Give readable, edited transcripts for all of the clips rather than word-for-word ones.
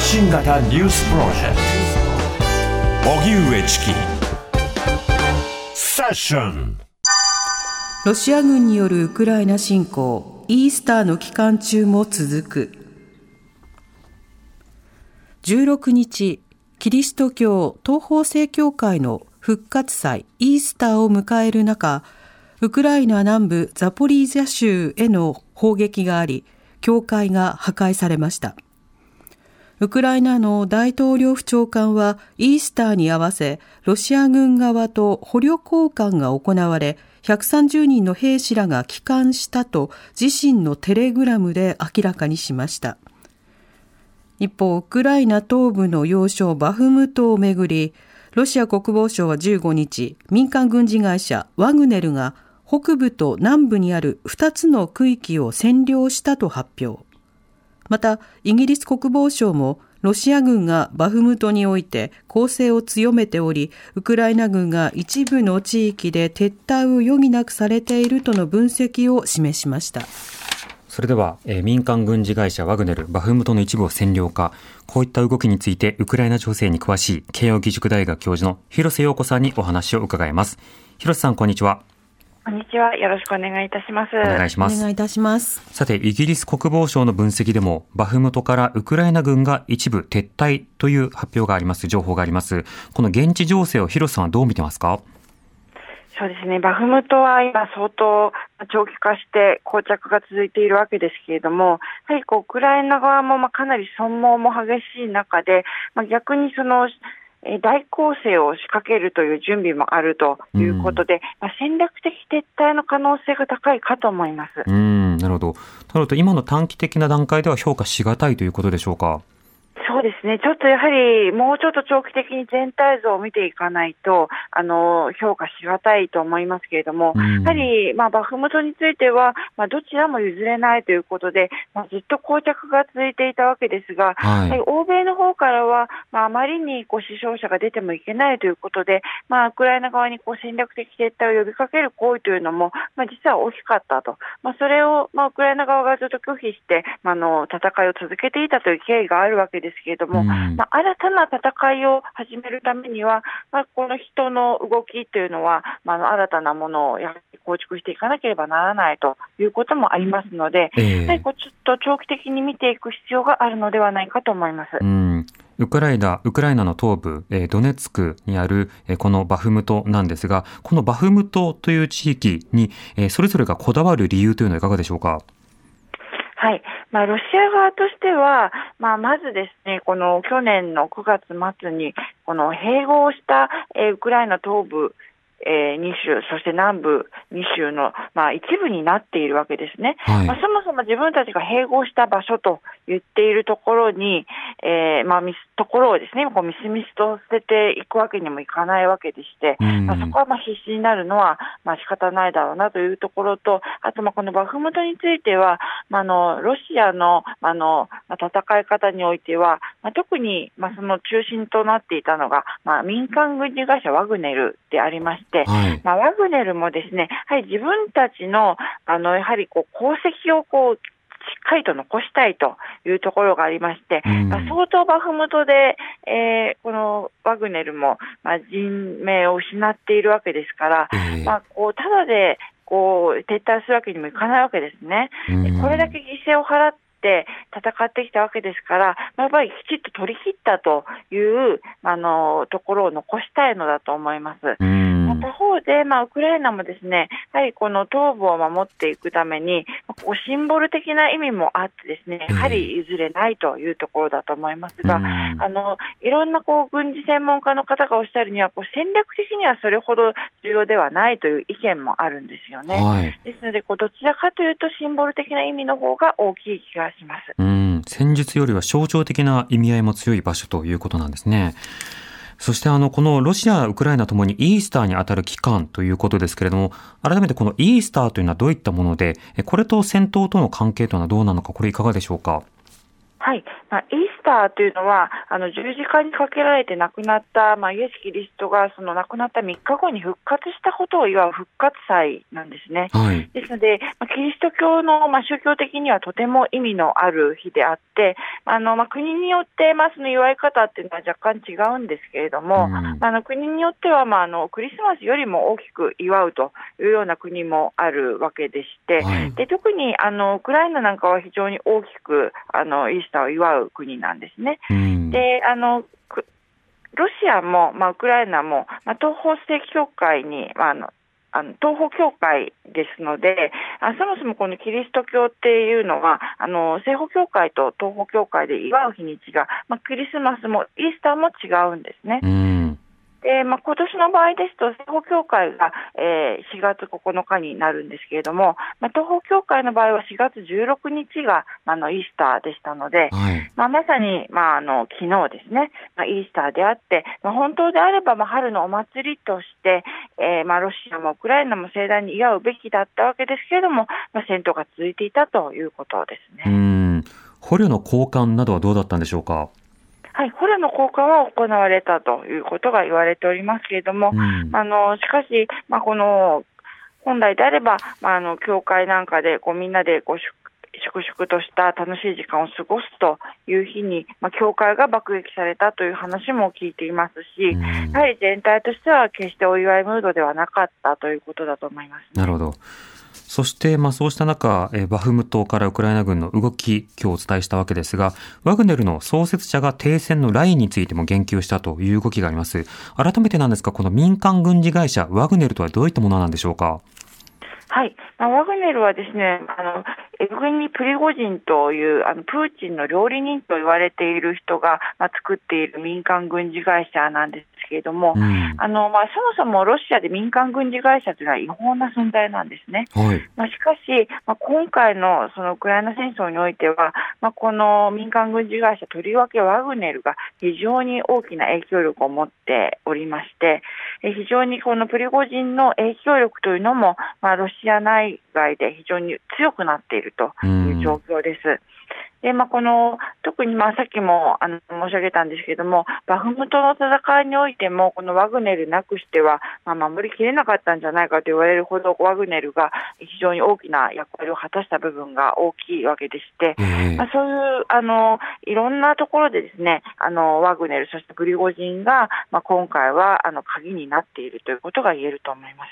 信型ニュースプロジェクト荻上チキセッション。 ロシア軍によるウクライナ侵攻、イースターの期間中も続く。16日、キリスト教東方正教会の復活祭イースターを迎える中、ウクライナ南部ザポリージャ州への砲撃があり、教会が破壊されました。ウクライナの大統領府長官はイースターに合わせ、ロシア軍側と捕虜交換が行われ、130人の兵士らが帰還したと自身のテレグラムで明らかにしました。一方、ウクライナ東部の要衝バフムトをめぐり、ロシア国防省は15日、民間軍事会社ワグネルが北部と南部にある2つの区域を占領したと発表。また、イギリス国防省もロシア軍がバフムトにおいて攻勢を強めており、ウクライナ軍が一部の地域で撤退を余儀なくされているとの分析を示しました。 それでは、民間軍事会社ワグネル、バフムトの一部を占領か、こういった動きについてウクライナ情勢に詳しい慶應義塾大学教授の広瀬陽子さんにお話を伺います。広瀬さん、こんにちは。 こんにちは。よろしくお願いいたします。 お願いします。 お願いいたします。 さて、イギリス国防省の分析でも、バフムトからウクライナ軍が一部撤退という発表があります、情報があります。この現地情勢を広瀬さんはどう見てますか？ そうですね。バフムトは今相当長期化して膠着が続いているわけですけれども、やはりウクライナ側もかなり損耗も激しい中で、逆にその大攻勢を仕掛けるという準備もあるということで、戦略的撤退の可能性が高いかと思います。 なるほど。なると今の短期的な段階では評価しがたいということでしょうか？ そうですね。ちょっとやはりもうちょっと長期的に全体像を見ていかないと評価しがたいと思いますけれども、やはりバフムトについてはどちらも譲れないということで、ずっと膠着が続いていたわけですが、欧米の方からはあまりに死傷者が出てもいけないということで、ウクライナ側に戦略的撤退を呼びかける行為というのも実は大きかったと、それをウクライナ側がずっと拒否して戦いを続けていたという経緯があるわけですけれども、新たな戦いを始めるためには、この人の動きというのは、新たなものをやはり構築していかなければならないということもありますので、やはりちょっと長期的に見ていく必要があるのではないかと思います。 ウクライナの東部、ドネツクにあるこのバフムトなんですが、このバフムトという地域にそれぞれがこだわる理由というのはいかがでしょうか？ はい。ロシア側としては、まずですね、この去年の9月末にこの併合したウクライナ東部2州、そして南部2州の一部になっているわけですね。そもそも自分たちが併合した場所と言っているところに、ところをですね、みすみすと捨てていくわけにもいかないわけでして、そこは必死になるのは仕方ないだろうなというところと、あとこのバフムトについては、ロシアの戦い方においては、特にその中心となっていたのが、民間軍事会社ワグネルでありまして、ワグネルもですね、やはり自分たちのやはり功績をしっかりと残したいというところがありまして、相当バフムトで、このワグネルも人命を失っているわけですから、ただで撤退するわけにもいかないわけですね。これだけ犠牲を払って戦ってきたわけですから、やっぱりきちっと取り切ったというところを残したいのだと思います。他方で、ウクライナもですね、やはりこの東部を守っていくためにシンボル的な意味もあってですね、やはり譲れないというところだと思いますが、いろんな軍事専門家の方がおっしゃるには、戦略的にはそれほど重要ではないという意見もあるんですよね。ですのでどちらかというとシンボル的な意味の方が大きい気がします。 戦術よりは象徴的な意味合いも強い場所ということなんですね。そしてこのロシア、ウクライナともにイースターに当たる期間ということですけれども、改めてこのイースターというのはどういったもので、これと戦闘との関係というのはどうなのか、これいかがでしょうか？ はい。 イースターというのは十字架にかけられて亡くなった、イエス・キリストがその亡くなった3日後に復活したことを祝う復活祭なんですね。 はい。 ですので、キリスト教の、宗教的にはとても意味のある日であって、国によって、その祝い方っていうのは若干違うんですけれども、国によっては、クリスマスよりも大きく祝うというような国もあるわけでして、 はい。 で特にウクライナなんかは非常に大きくイースターを祝う国なんですね。でロシアも、ウクライナも、東方正教会に、東方教会ですので、そもそもこのキリスト教っていうのは西方教会と東方教会で祝う日にちが、クリスマスもイースターも違うんですね。で今年の場合ですと西方教会が、4月9日になるんですけれども、東方教会の場合は4月16日がイースターでしたので、 はい。 まさに、昨日ですね、イースターであって、本当であれば、春のお祭りとして、ロシアもウクライナも盛大に祝うべきだったわけですけれども、戦闘が続いていたということですね。 捕虜の交換などはどうだったんでしょうか。 はい、捕虜の交換は行われたということが言われておりますけれども、しかし、この本来であれば、教会なんかでみんなで粛々とした楽しい時間を過ごすという日に、教会が爆撃されたという話も聞いていますし、やはり全体としては決してお祝いムードではなかったということだと思いますね。 なるほど。そして、そうした中、バフムトからウクライナ軍の動き、今日お伝えしたわけですが、ワグネルの創設者が停戦のラインについても言及したという動きがあります。改めてなんですが、この民間軍事会社ワグネルとはどういったものなんでしょうか。 はい、ワグネルはですね、エブゲニ・プリゴジンというプーチンの料理人と言われている人が、作っている民間軍事会社なんですけれども、そもそもロシアで民間軍事会社というのは違法な存在なんですね。 はい。 しかし、今回のそのウクライナ戦争においては、この民間軍事会社、とりわけワグネルが非常に大きな影響力を持っておりまして、非常にこのプリゴジンの影響力というのも、ロシア内外で非常に強くなっているという状況です。で特にさっきも申し上げたんですけれども、バフムトの戦いにおいてもこのワグネルなくしては、守りきれなかったんじゃないかと言われるほどワグネルが非常に大きな役割を果たした部分が大きいわけでして、そういういろんなところでですね、ワグネルそしてプリゴジンが、今回は鍵になっているということが言えると思います。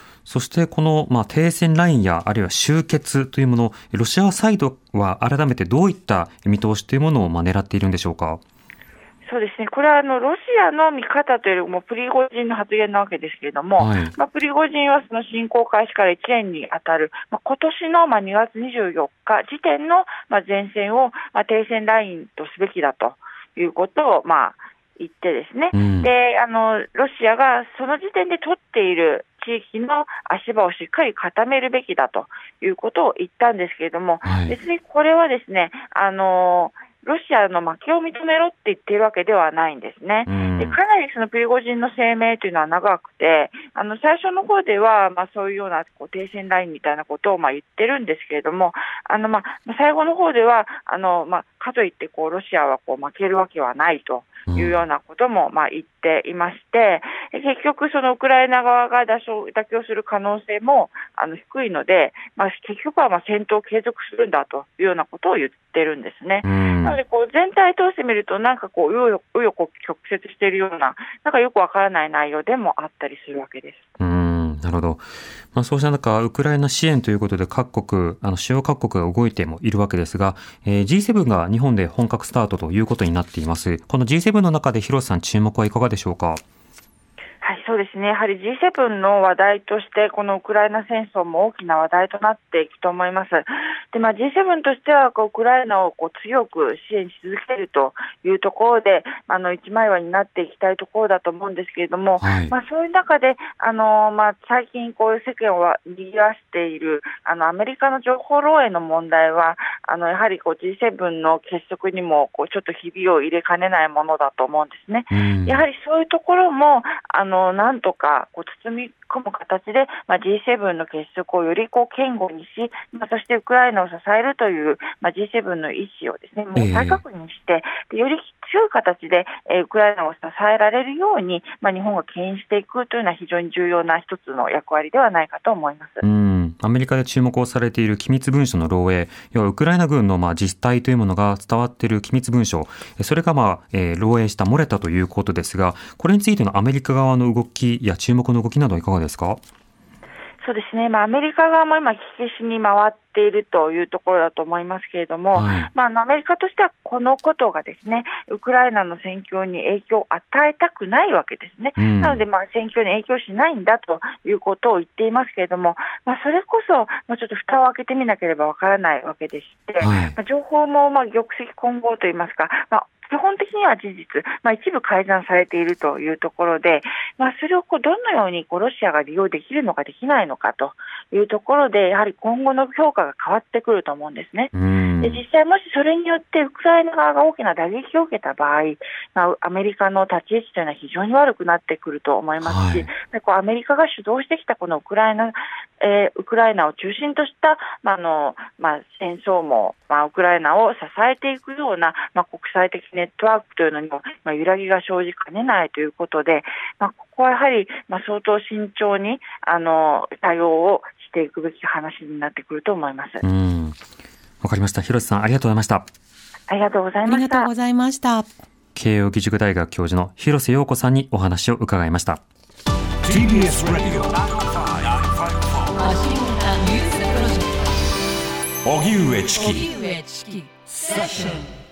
そしてこの、停戦ラインやあるいは終結というもの、ロシアサイドは改めてどういった見通しというものを狙っているんでしょうか。 そうですね、これはロシアの見方というよりもプリゴジンの発言なわけですけれども、プリゴジンはその侵攻開始から1年にあたる、今年の2月24日時点の前線を停戦ラインとすべきだということを言ってですね、でロシアがその時点で取っている地域の足場をしっかり固めるべきだということを言ったんですけれども、別にこれはですね、ロシアの負けを認めろって言っているわけではないんですね。でかなりそのプリゴジンの声明というのは長くて、最初の方ではそういうような停戦ラインみたいなことを言ってるんですけれども、最後の方ではかといってロシアは負けるわけはないというようなことも言っていまして、結局そのウクライナ側が妥協する可能性も低いので、結局は戦闘を継続するんだというようなことを言ってるんですね。なので全体通してみると紆余曲折しているような、よくわからない内容でもあったりするわけです。 なるほど。そうした中、ウクライナ支援ということで各国、主要各国が動いてもいるわけですが、G7 が日本で本格スタートということになっています。この G7 の中で広瀬さん、注目はいかがでしょうか。 はい、そうですね。やはり G7 の話題としてこのウクライナ戦争も大きな話題となっていくと思います。で、G7 としてはウクライナを強く支援し続けるというところで一枚岩になっていきたいところだと思うんですけれども、そういう中で最近世間を賑わしているアメリカの情報漏洩の問題はやはりG7 の結束にもちょっとひびを入れかねないものだと思うんですね。やはりそういうところもなんとか包み込む形で、G7 の結束をより堅固にし、そしてウクライナを支えるという、G7 の意思をですね、もう再確認して、より強い形で、ウクライナを支えられるように、日本が牽引していくというのは非常に重要な一つの役割ではないかと思います。 アメリカで注目をされている機密文書の漏洩、要はウクライナ軍の実態というものが伝わっている機密文書、それが漏洩した、漏れたということですが、これについてのアメリカ側の動きや注目の動きなどはいかがですか？ そうですね、アメリカ側も今、火消しに回っているというところだと思いますけれども、アメリカとしてはこのことがですね、ウクライナの戦況に影響を与えたくないわけですね。なので、戦況に影響しないんだということを言っていますけれども、それこそ、もうちょっと蓋を開けてみなければわからないわけでして、情報も玉石混合といいますか、基本的には事実、一部改ざんされているというところで、それをどのようにロシアが利用できるのかできないのかというところで、やはり今後の評価が変わってくると思うんですね。で、実際もしそれによってウクライナ側が大きな打撃を受けた場合、アメリカの立ち位置というのは非常に悪くなってくると思いますし、アメリカが主導してきたこのウクライナを中心とした戦争も、ウクライナを支えていくような、国際的ネットワークというのにも、揺らぎが生じかねないということで、ここはやはり、相当慎重に対応をしていくべき話になってくると思います。 わかりました。広瀬さん、ありがとうございました。 ありがとうございました。 ありがとうございました。 慶應義塾大学教授の広瀬陽子さんにお話を伺いました。 TBS Radio 荻上チキセッション